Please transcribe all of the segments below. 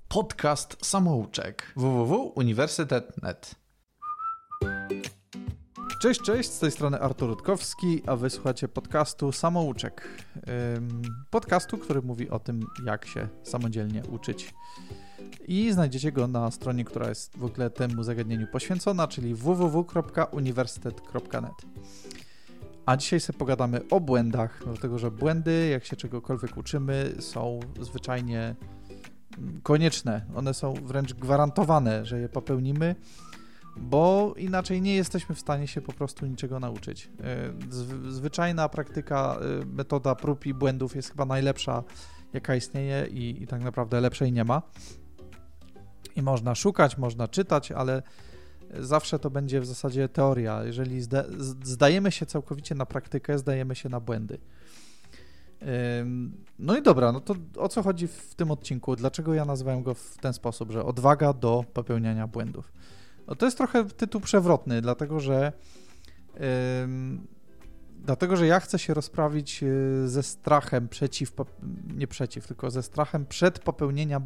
Podcast Samouczek www.uniwersytet.net. Cześć, z tej strony Artur Rutkowski, a wy słuchacie podcastu Samouczek. Podcastu, który mówi o tym, jak się samodzielnie uczyć. I znajdziecie go na stronie, która jest w ogóle temu zagadnieniu poświęcona, czyli www.uniwersytet.net. A dzisiaj sobie pogadamy o błędach, dlatego że błędy, jak się czegokolwiek uczymy, są zwyczajnie konieczne. One są wręcz gwarantowane, że je popełnimy, bo inaczej nie jesteśmy w stanie się po prostu niczego nauczyć. Zwyczajna praktyka, metoda prób i błędów jest chyba najlepsza, jaka istnieje i tak naprawdę lepszej nie ma. I można szukać, można czytać, ale zawsze to będzie w zasadzie teoria. Jeżeli zdajemy się całkowicie na praktykę, zdajemy się na błędy. No i dobra, no to o co chodzi w tym odcinku? Dlaczego ja nazywałem go w ten sposób, że odwaga do popełniania błędów? No to jest trochę tytuł przewrotny, dlatego że ja chcę się rozprawić ze strachem tylko ze strachem przed popełnieniem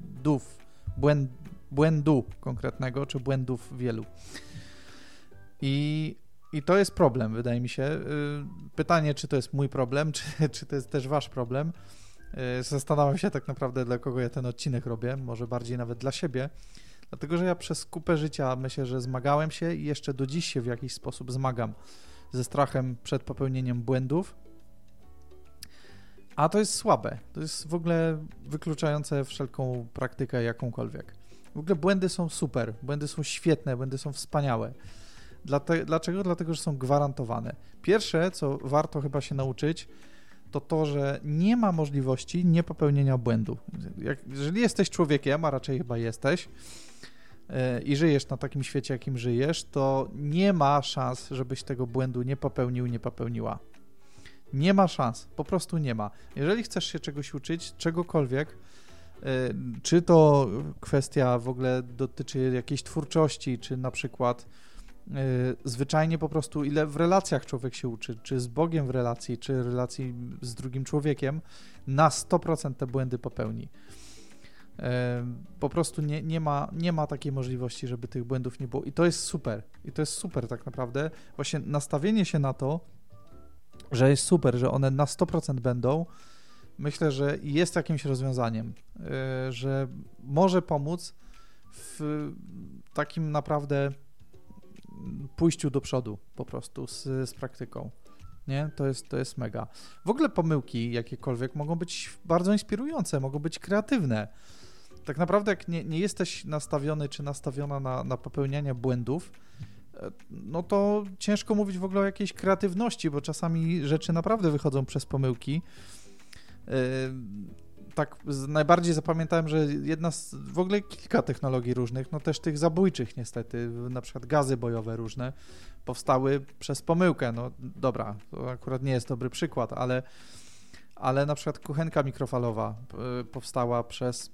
błędu konkretnego, czy błędów wielu. I to jest problem, wydaje mi się. Pytanie, czy to jest mój problem, czy to jest też wasz problem. Zastanawiam się tak naprawdę, dla kogo ja ten odcinek robię, może bardziej nawet dla siebie, dlatego że ja przez kupę życia myślę, że zmagałem się i jeszcze do dziś się w jakiś sposób zmagam ze strachem przed popełnieniem błędów, a to jest słabe, to jest w ogóle wykluczające wszelką praktykę jakąkolwiek. W ogóle błędy są super, błędy są świetne, błędy są wspaniałe. Dlaczego? Dlatego, że są gwarantowane. Pierwsze, co warto chyba się nauczyć, to, że nie ma możliwości niepopełnienia błędu. Jeżeli jesteś człowiekiem, a raczej chyba jesteś, i żyjesz na takim świecie, jakim żyjesz, to nie ma szans, żebyś tego błędu nie popełnił, nie popełniła. Nie ma szans, po prostu nie ma. Jeżeli chcesz się czegoś uczyć, czegokolwiek, czy to kwestia w ogóle dotyczy jakiejś twórczości, czy na przykład zwyczajnie po prostu ile w relacjach człowiek się uczy, czy z Bogiem w relacji, czy relacji z drugim człowiekiem, na 100% te błędy popełni. Po prostu nie ma takiej możliwości, żeby tych błędów nie było i to jest super. I to jest super tak naprawdę. Właśnie nastawienie się na to, że jest super, że one na 100% będą, myślę, że jest jakimś rozwiązaniem, że może pomóc w takim naprawdę pójściu do przodu po prostu z praktyką. Nie? To jest mega. W ogóle pomyłki jakiekolwiek mogą być bardzo inspirujące, mogą być kreatywne. Tak naprawdę jak nie jesteś nastawiony czy nastawiona na popełnianie błędów, no to ciężko mówić w ogóle o jakiejś kreatywności, bo czasami rzeczy naprawdę wychodzą przez pomyłki. Tak najbardziej zapamiętałem, że w ogóle kilka technologii różnych, no też tych zabójczych niestety, na przykład gazy bojowe różne, powstały przez pomyłkę. No dobra, to akurat nie jest dobry przykład, ale na przykład kuchenka mikrofalowa powstała przez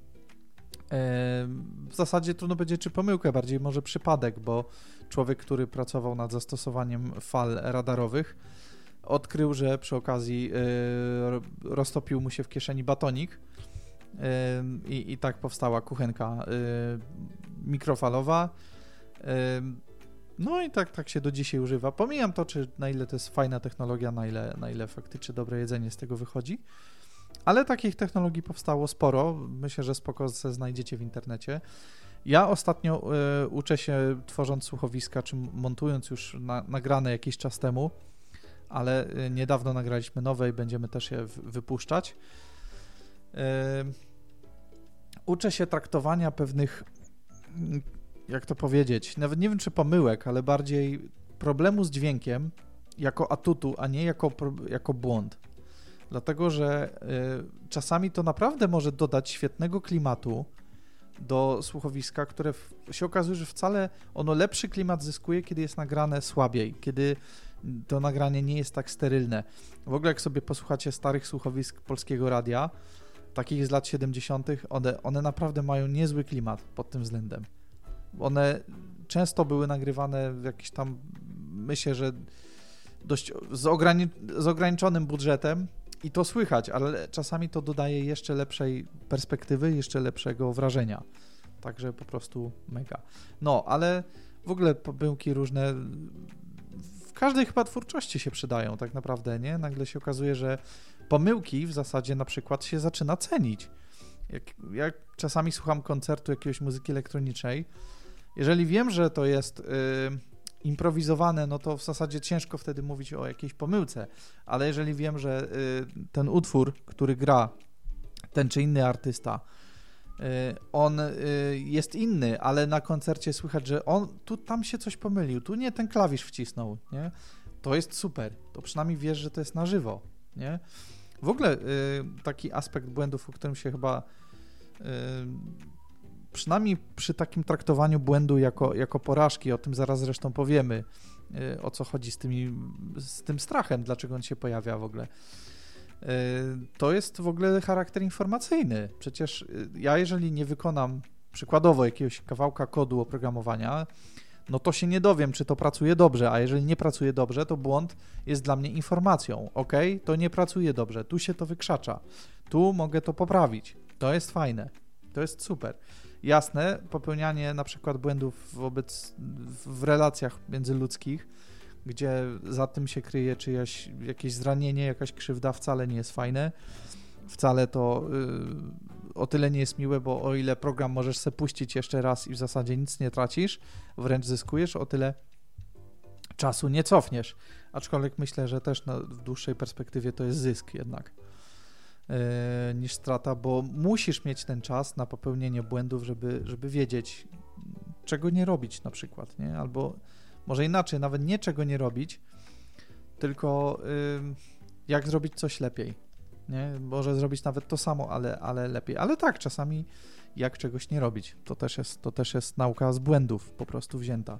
w zasadzie trudno powiedzieć, czy pomyłkę, bardziej może przypadek, bo człowiek, który pracował nad zastosowaniem fal radarowych, odkrył, że przy okazji roztopił mu się w kieszeni batonik i tak powstała kuchenka mikrofalowa. No i tak się do dzisiaj używa. Pomijam to, na ile to jest fajna technologia, na ile faktycznie dobre jedzenie z tego wychodzi. Ale takich technologii powstało sporo. Myślę, że spoko znajdziecie w internecie. Ja ostatnio uczę się tworząc słuchowiska, czy montując już nagrane jakiś czas temu, ale niedawno nagraliśmy nowe i będziemy też je wypuszczać. Uczę się traktowania pewnych, jak to powiedzieć, nawet nie wiem czy pomyłek, ale bardziej problemu z dźwiękiem jako atutu, a nie jako błąd. Dlatego, że czasami to naprawdę może dodać świetnego klimatu do słuchowiska, które się okazuje, że wcale ono lepszy klimat zyskuje, kiedy jest nagrane słabiej, kiedy to nagranie nie jest tak sterylne. W ogóle jak sobie posłuchacie starych słuchowisk Polskiego Radia, takich z lat 70., one naprawdę mają niezły klimat pod tym względem. One często były nagrywane w jakiś tam, myślę, że dość z ograniczonym budżetem I to słychać, ale czasami to dodaje jeszcze lepszej perspektywy, jeszcze lepszego wrażenia. Także po prostu mega. No, ale w ogóle pomyłki różne w każdej chyba twórczości się przydają tak naprawdę, nie? Nagle się okazuje, że pomyłki w zasadzie na przykład się zaczyna cenić. Jak czasami słucham koncertu jakiegoś muzyki elektronicznej, jeżeli wiem, że to jest improwizowane, no to w zasadzie ciężko wtedy mówić o jakiejś pomyłce, ale jeżeli wiem, że ten utwór, który gra ten czy inny artysta, on jest inny, ale na koncercie słychać, że tam się coś pomylił, tu nie ten klawisz wcisnął, nie? To jest super, to przynajmniej wiesz, że to jest na żywo, nie? W ogóle taki aspekt błędów, o którym się chyba przynajmniej przy takim traktowaniu błędu jako porażki, o tym zaraz zresztą powiemy, o co chodzi z tym strachem, dlaczego on się pojawia w ogóle. To jest w ogóle charakter informacyjny. Przecież ja, jeżeli nie wykonam przykładowo jakiegoś kawałka kodu oprogramowania, no to się nie dowiem, czy to pracuje dobrze, a jeżeli nie pracuje dobrze, to błąd jest dla mnie informacją. Ok, to nie pracuje dobrze, tu się to wykrzacza, tu mogę to poprawić. To jest fajne, to jest super. Jasne, popełnianie na przykład błędów w relacjach międzyludzkich, gdzie za tym się kryje jakieś zranienie, jakaś krzywda, wcale nie jest fajne. Wcale to o tyle nie jest miłe, bo o ile program możesz sobie puścić jeszcze raz i w zasadzie nic nie tracisz, wręcz zyskujesz, o tyle czasu nie cofniesz. Aczkolwiek myślę, że też w dłuższej perspektywie to jest zysk jednak niż strata, bo musisz mieć ten czas na popełnienie błędów, żeby wiedzieć, czego nie robić na przykład, nie? Albo może inaczej, nawet nie czego nie robić, tylko jak zrobić coś lepiej, nie? Może zrobić nawet to samo, ale lepiej. Ale tak, czasami jak czegoś nie robić. To też jest nauka z błędów po prostu wzięta.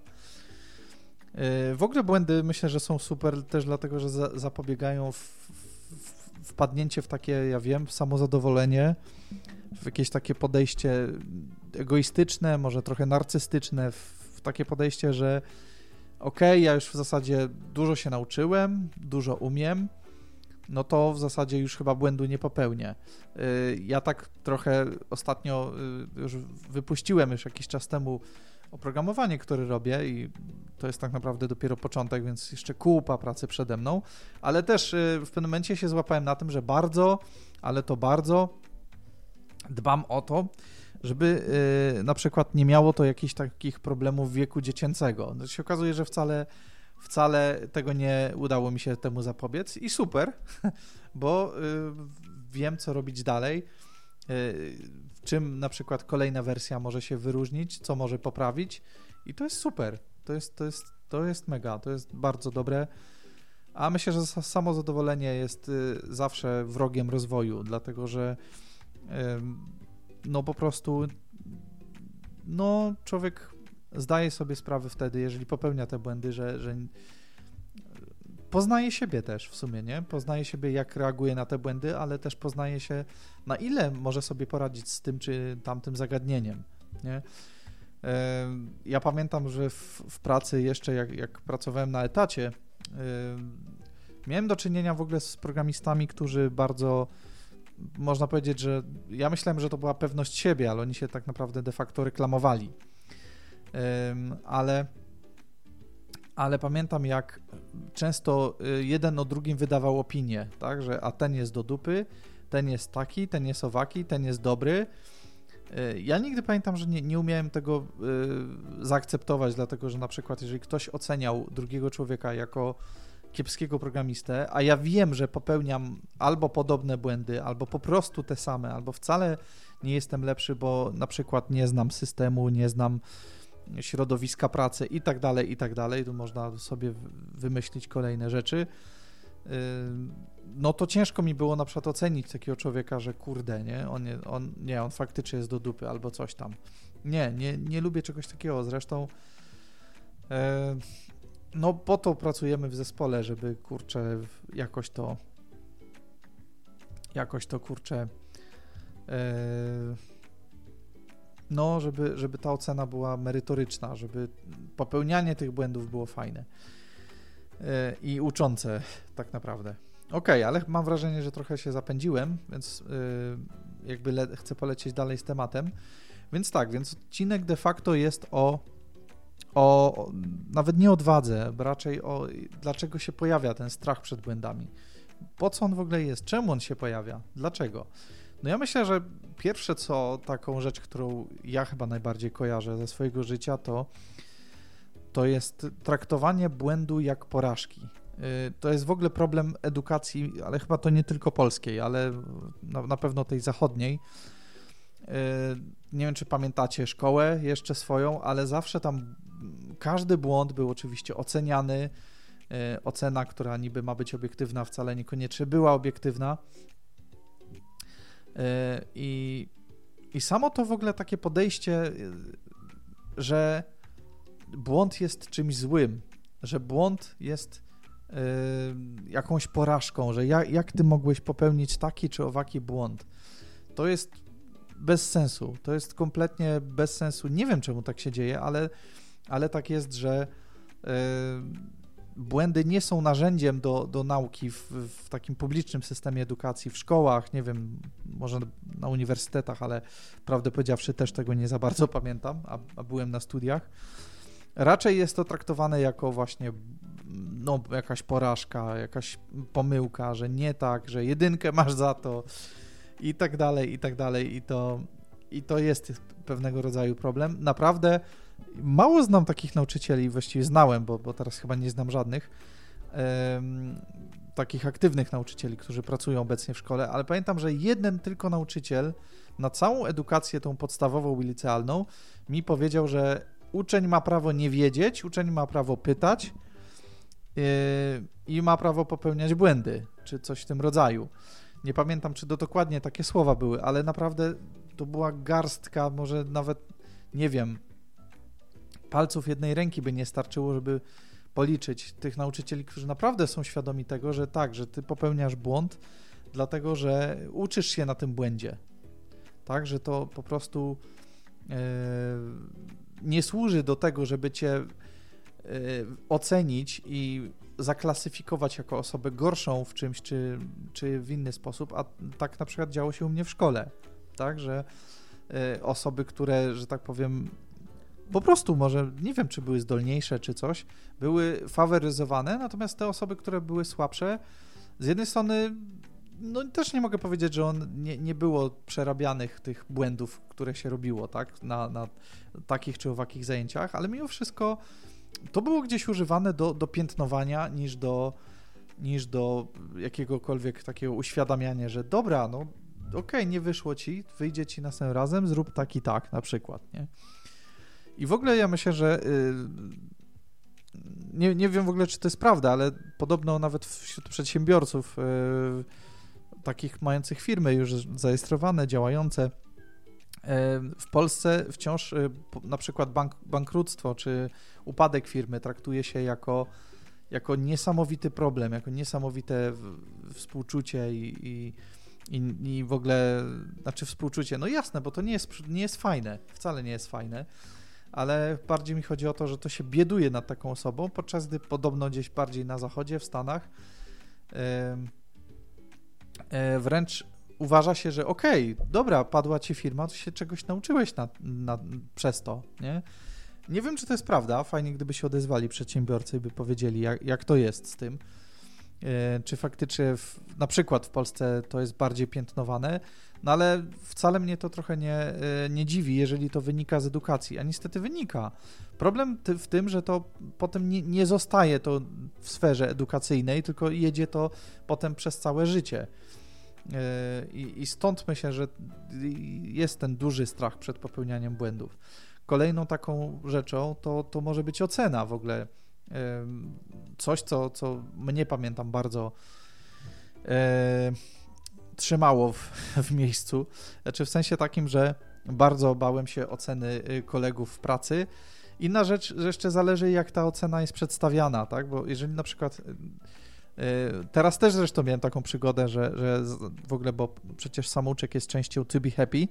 W ogóle błędy myślę, że są super też dlatego, że zapobiegają wpadnięcie w takie, ja wiem, samozadowolenie, w jakieś takie podejście egoistyczne, może trochę narcystyczne, w takie podejście, że ja już w zasadzie dużo się nauczyłem, dużo umiem, no to w zasadzie już chyba błędu nie popełnię. Ja tak trochę ostatnio już wypuściłem jakiś czas temu oprogramowanie, które robię i to jest tak naprawdę dopiero początek, więc jeszcze kupa pracy przede mną, ale też w pewnym momencie się złapałem na tym, że bardzo, ale to bardzo dbam o to, żeby na przykład nie miało to jakichś takich problemów wieku dziecięcego. No się okazuje, że wcale tego nie udało mi się temu zapobiec i super, bo wiem, co robić dalej, w czym na przykład kolejna wersja może się wyróżnić, co może poprawić i to jest super. To jest mega, to jest bardzo dobre, a myślę, że samo zadowolenie jest zawsze wrogiem rozwoju, dlatego że no po prostu człowiek zdaje sobie sprawę wtedy, jeżeli popełnia te błędy, że poznaje siebie też w sumie, nie? Poznaje siebie, jak reaguje na te błędy, ale też poznaje się, na ile może sobie poradzić z tym czy tamtym zagadnieniem, nie? Ja pamiętam, że w pracy jeszcze, jak pracowałem na etacie, miałem do czynienia w ogóle z programistami, którzy bardzo, można powiedzieć, że ja myślałem, że to była pewność siebie, ale oni się tak naprawdę de facto reklamowali. Ale pamiętam, jak często jeden o drugim wydawał opinię, tak, że a ten jest do dupy, ten jest taki, ten jest owaki, ten jest dobry. Ja nigdy pamiętam, że nie umiałem tego zaakceptować, dlatego że na przykład jeżeli ktoś oceniał drugiego człowieka jako kiepskiego programistę, a ja wiem, że popełniam albo podobne błędy, albo po prostu te same, albo wcale nie jestem lepszy, bo na przykład nie znam systemu, nie znam środowiska pracy i tak dalej, tu można sobie wymyślić kolejne rzeczy, no to ciężko mi było na przykład ocenić takiego człowieka, że kurde, nie, on faktycznie jest do dupy albo coś tam. Nie lubię czegoś takiego, zresztą no po to pracujemy w zespole, żeby kurczę jakoś to kurczę no, żeby ta ocena była merytoryczna, żeby popełnianie tych błędów było fajne i uczące tak naprawdę. Okej, ale mam wrażenie, że trochę się zapędziłem, więc jakby chcę polecieć dalej z tematem. Więc tak, więc odcinek de facto jest o nawet nie odwadze, raczej o dlaczego się pojawia ten strach przed błędami. Po co on w ogóle jest? Czemu on się pojawia? Dlaczego? No ja myślę, że pierwsze taką rzecz, którą ja chyba najbardziej kojarzę ze swojego życia, to jest traktowanie błędu jak porażki. To jest w ogóle problem edukacji, ale chyba to nie tylko polskiej, ale na pewno tej zachodniej. Nie wiem, czy pamiętacie szkołę jeszcze swoją, ale zawsze tam każdy błąd był oczywiście oceniany. Ocena, która niby ma być obiektywna, wcale niekoniecznie była obiektywna. I samo to w ogóle takie podejście, że błąd jest czymś złym, że błąd jest jakąś porażką, że jak ty mogłeś popełnić taki czy owaki błąd, to jest bez sensu, to jest kompletnie bez sensu. Nie wiem, czemu tak się dzieje, ale tak jest, że błędy nie są narzędziem do nauki w takim publicznym systemie edukacji, w szkołach, nie wiem, może na uniwersytetach, ale prawdę powiedziawszy też tego nie za bardzo pamiętam, a byłem na studiach. Raczej jest to traktowane jako właśnie jakaś porażka, jakaś pomyłka, że nie tak, że jedynkę masz za to i tak dalej, i tak dalej. I to jest pewnego rodzaju problem. Naprawdę mało znam takich nauczycieli, właściwie znałem, bo teraz chyba nie znam żadnych, takich aktywnych nauczycieli, którzy pracują obecnie w szkole, ale pamiętam, że jeden tylko nauczyciel na całą edukację tą podstawową i licealną mi powiedział, że uczeń ma prawo nie wiedzieć, uczeń ma prawo pytać i ma prawo popełniać błędy, czy coś w tym rodzaju. Nie pamiętam, czy to dokładnie takie słowa były, ale naprawdę to była garstka, może nawet, nie wiem, palców jednej ręki by nie starczyło, żeby policzyć tych nauczycieli, którzy naprawdę są świadomi tego, że tak, że ty popełniasz błąd, dlatego że uczysz się na tym błędzie. Tak, że to po prostu nie służy do tego, żeby cię ocenić i zaklasyfikować jako osobę gorszą w czymś, czy w inny sposób, a tak na przykład działo się u mnie w szkole, tak, że osoby, które, że tak powiem, po prostu może, nie wiem, czy były zdolniejsze, czy coś, były faworyzowane, natomiast te osoby, które były słabsze, z jednej strony, no też nie mogę powiedzieć, że nie było przerabianych tych błędów, które się robiło, tak, na takich czy owakich zajęciach, ale mimo wszystko to było gdzieś używane do piętnowania niż do jakiegokolwiek takiego uświadamiania, że dobra, no okej, nie wyszło ci, wyjdzie ci następnym razem, zrób tak i tak na przykład, nie? I w ogóle ja myślę, że nie wiem w ogóle, czy to jest prawda, ale podobno nawet wśród przedsiębiorców takich mających firmy już zarejestrowane, działające, w Polsce wciąż na przykład bankructwo czy upadek firmy traktuje się jako niesamowity problem, jako niesamowite współczucie i w ogóle, znaczy współczucie, no jasne, bo to nie jest fajne, wcale nie jest fajne, ale bardziej mi chodzi o to, że to się bieduje nad taką osobą, podczas gdy podobno gdzieś bardziej na zachodzie, w Stanach, wręcz uważa się, że okej, dobra, padła ci firma, to się czegoś nauczyłeś przez to, nie? Nie wiem, czy to jest prawda, fajnie gdyby się odezwali przedsiębiorcy i by powiedzieli, jak to jest z tym, czy faktycznie na przykład w Polsce to jest bardziej piętnowane, no ale wcale mnie to trochę nie dziwi, jeżeli to wynika z edukacji, a niestety wynika. Problem w tym, że to potem nie zostaje to w sferze edukacyjnej, tylko jedzie to potem przez całe życie. I stąd myślę, że jest ten duży strach przed popełnianiem błędów. Kolejną taką rzeczą to może być ocena w ogóle. Coś, co mnie, pamiętam, bardzo trzymało w miejscu. Znaczy w sensie takim, że bardzo bałem się oceny kolegów w pracy. Inna rzecz, że jeszcze zależy, jak ta ocena jest przedstawiana, tak? Bo jeżeli na przykład teraz też zresztą miałem taką przygodę, że w ogóle, bo przecież Samouczek jest częścią To Be Happy,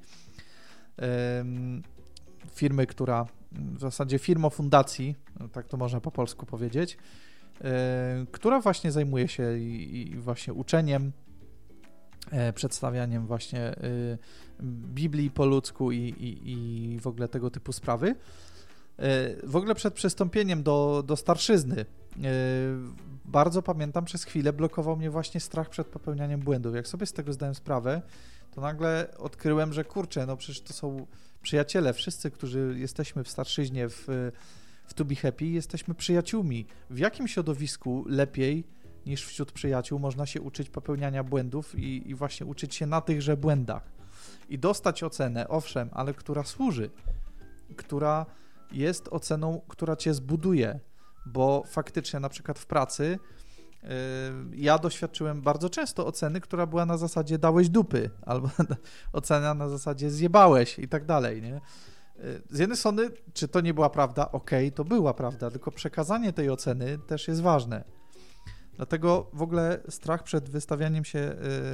firmy, która w zasadzie fundacji, tak to można po polsku powiedzieć, która właśnie zajmuje się i właśnie uczeniem, przedstawianiem właśnie Biblii po ludzku i w ogóle tego typu sprawy. W ogóle przed przystąpieniem do starszyzny bardzo pamiętam, przez chwilę blokował mnie właśnie strach przed popełnianiem błędów. Jak sobie z tego zdałem sprawę, to nagle odkryłem, że kurczę, no przecież to są przyjaciele, wszyscy, którzy jesteśmy w starszyźnie, w To Be Happy, jesteśmy przyjaciółmi. W jakim środowisku lepiej niż wśród przyjaciół można się uczyć popełniania błędów i właśnie uczyć się na tychże błędach i dostać ocenę, owszem, ale która służy, która jest oceną, która cię zbuduje, bo faktycznie na przykład w pracy ja doświadczyłem bardzo często oceny, która była na zasadzie dałeś dupy, albo ocena na zasadzie zjebałeś i tak dalej, nie? Z jednej strony, czy to nie była prawda? Okej, to była prawda, tylko przekazanie tej oceny też jest ważne. Dlatego w ogóle strach przed wystawianiem się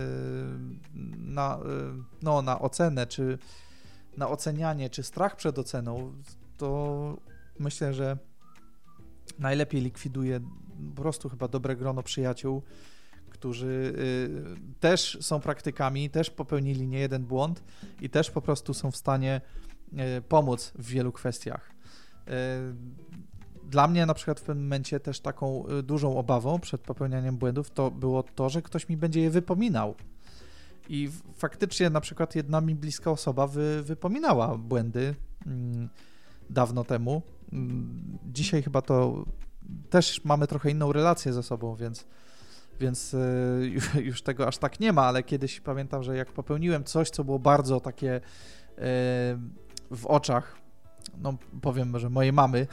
na ocenę, czy na ocenianie, czy strach przed oceną, to myślę, że najlepiej likwiduje po prostu chyba dobre grono przyjaciół, którzy też są praktykami, też popełnili niejeden błąd i też po prostu są w stanie pomóc w wielu kwestiach. Dla mnie na przykład w pewnym momencie też taką dużą obawą przed popełnianiem błędów to było to, że ktoś mi będzie je wypominał. I faktycznie na przykład jedna mi bliska osoba wypominała błędy dawno temu. Dzisiaj chyba to też mamy trochę inną relację ze sobą, więc już tego aż tak nie ma, ale kiedyś pamiętam, że jak popełniłem coś, co było bardzo takie w oczach, no powiem, że mojej mamy,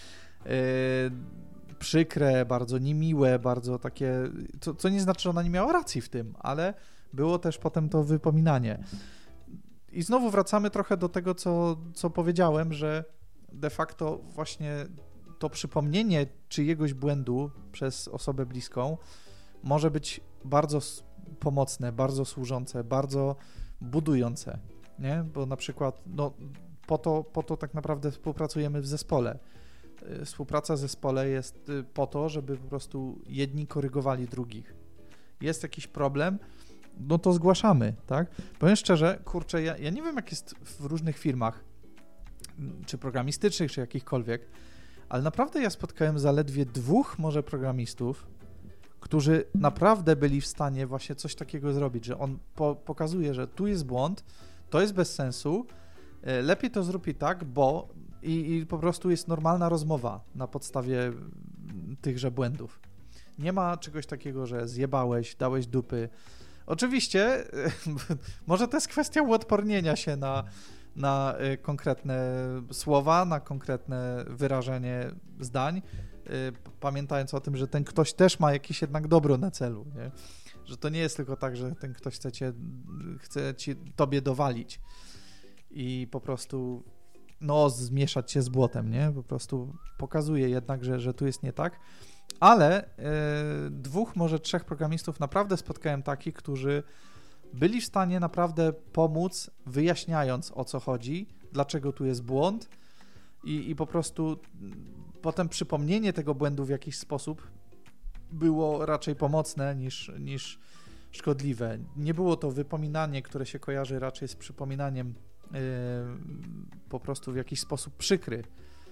przykre, bardzo niemiłe, bardzo takie, co nie znaczy, że ona nie miała racji w tym, ale było też potem to wypominanie. I znowu wracamy trochę do tego, co powiedziałem, że de facto właśnie to przypomnienie czyjegoś błędu przez osobę bliską może być bardzo pomocne, bardzo służące, bardzo budujące, nie? Bo na przykład no, po to tak naprawdę współpracujemy w zespole. Współpraca w zespole jest po to, żeby po prostu jedni korygowali drugich. Jest jakiś problem, no to zgłaszamy, tak? Powiem szczerze, kurczę, ja nie wiem, jak jest w różnych firmach, czy programistycznych, czy jakichkolwiek, ale naprawdę ja spotkałem zaledwie 2 może programistów, którzy naprawdę byli w stanie właśnie coś takiego zrobić, że on pokazuje, że tu jest błąd, to jest bez sensu, lepiej to zrób i tak, bo i po prostu jest normalna rozmowa na podstawie tychże błędów. Nie ma czegoś takiego, że zjebałeś, dałeś dupy. Oczywiście może to jest kwestia uodpornienia się na konkretne słowa, na konkretne wyrażenie zdań, pamiętając o tym, że ten ktoś też ma jakieś jednak dobro na celu, nie? Że to nie jest tylko tak, że ten ktoś chce tobie dowalić i po prostu zmieszać się z błotem, nie? Po prostu pokazuje jednak, że tu jest nie tak, ale 2, może 3 programistów naprawdę spotkałem takich, którzy byli w stanie naprawdę pomóc, wyjaśniając, o co chodzi, dlaczego tu jest błąd i po prostu potem przypomnienie tego błędu w jakiś sposób było raczej pomocne niż szkodliwe. Nie było to wypominanie, które się kojarzy raczej z przypominaniem po prostu w jakiś sposób przykry.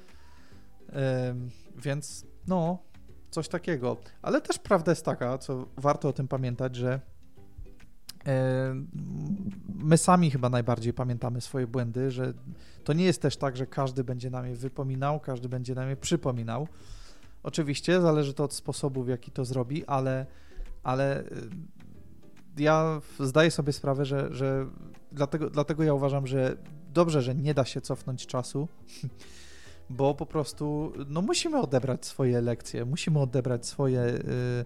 Więc coś takiego. Ale też prawda jest taka, co warto o tym pamiętać, że my sami chyba najbardziej pamiętamy swoje błędy, że to nie jest też tak, że każdy będzie nam je wypominał, każdy będzie nam je przypominał. Oczywiście zależy to od sposobu, w jaki to zrobi, ale ja zdaję sobie sprawę, że dlatego ja uważam, że dobrze, że nie da się cofnąć czasu, bo po prostu musimy odebrać swoje lekcje, musimy odebrać swoje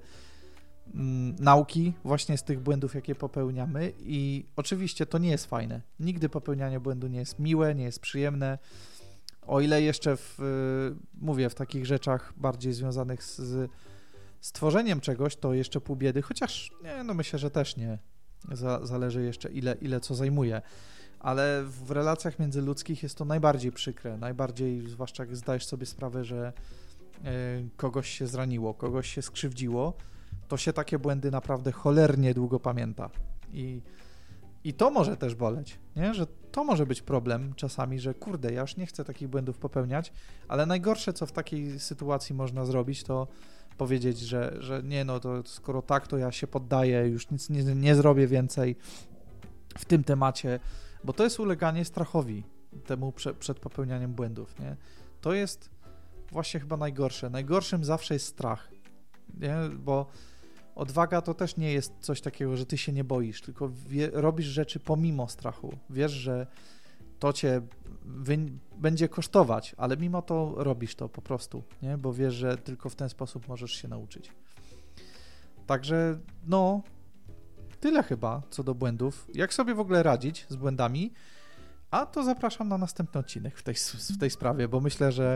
nauki właśnie z tych błędów, jakie popełniamy i oczywiście to nie jest fajne. Nigdy popełnianie błędu nie jest miłe, nie jest przyjemne, o ile jeszcze w takich rzeczach bardziej związanych z stworzeniem czegoś, to jeszcze pół biedy, chociaż myślę, że też nie. Zależy jeszcze ile co zajmuje. Ale w relacjach międzyludzkich jest to najbardziej przykre, zwłaszcza jak zdajesz sobie sprawę, że kogoś się zraniło, kogoś się skrzywdziło, to się takie błędy naprawdę cholernie długo pamięta. I to może też boleć, nie? Że to może być problem czasami, że kurde, ja już nie chcę takich błędów popełniać, ale najgorsze, co w takiej sytuacji można zrobić, to powiedzieć, że nie, no to skoro tak, to ja się poddaję, już nic nie zrobię więcej w tym temacie, bo to jest uleganie strachowi temu przed popełnianiem błędów, nie? To jest właśnie chyba najgorsze. Najgorszym zawsze jest strach, nie? Bo odwaga to też nie jest coś takiego, że ty się nie boisz, tylko robisz rzeczy pomimo strachu. Wiesz, że to cię będzie kosztować, ale mimo to robisz to po prostu, nie? Bo wiesz, że tylko w ten sposób możesz się nauczyć. Także no, tyle chyba co do błędów. Jak sobie w ogóle radzić z błędami? A to zapraszam na następny odcinek w tej sprawie, bo myślę, że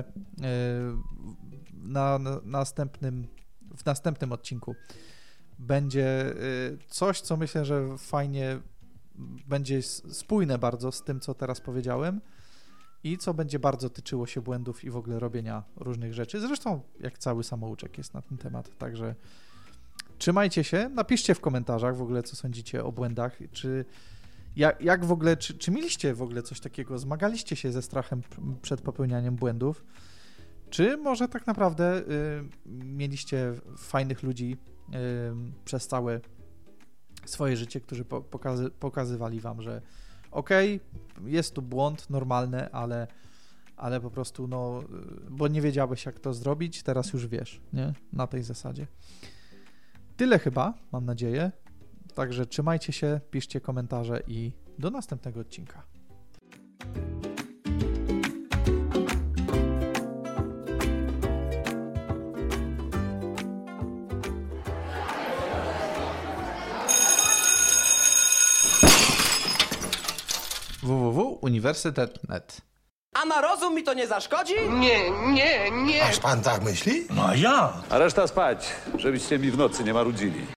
w następnym odcinku będzie coś, co myślę, że fajnie będzie spójne bardzo z tym, co teraz powiedziałem i co będzie bardzo tyczyło się błędów i w ogóle robienia różnych rzeczy. Zresztą jak cały samouczek jest na ten temat, także trzymajcie się, napiszcie w komentarzach w ogóle, co sądzicie o błędach, jak w ogóle, czy mieliście w ogóle coś takiego, zmagaliście się ze strachem przed popełnianiem błędów, czy może tak naprawdę mieliście fajnych ludzi przez całe swoje życie, którzy pokazywali wam, że okej, jest tu błąd normalny, ale po prostu no, bo nie wiedziałeś jak to zrobić, teraz już wiesz, nie? Na tej zasadzie. Tyle chyba, mam nadzieję. Także trzymajcie się, piszcie komentarze i do następnego odcinka. www.uniwersytet.net. A na rozum mi to nie zaszkodzi? Nie. Aż pan tak myśli? No a ja? A reszta spać, żebyście mi w nocy nie marudzili.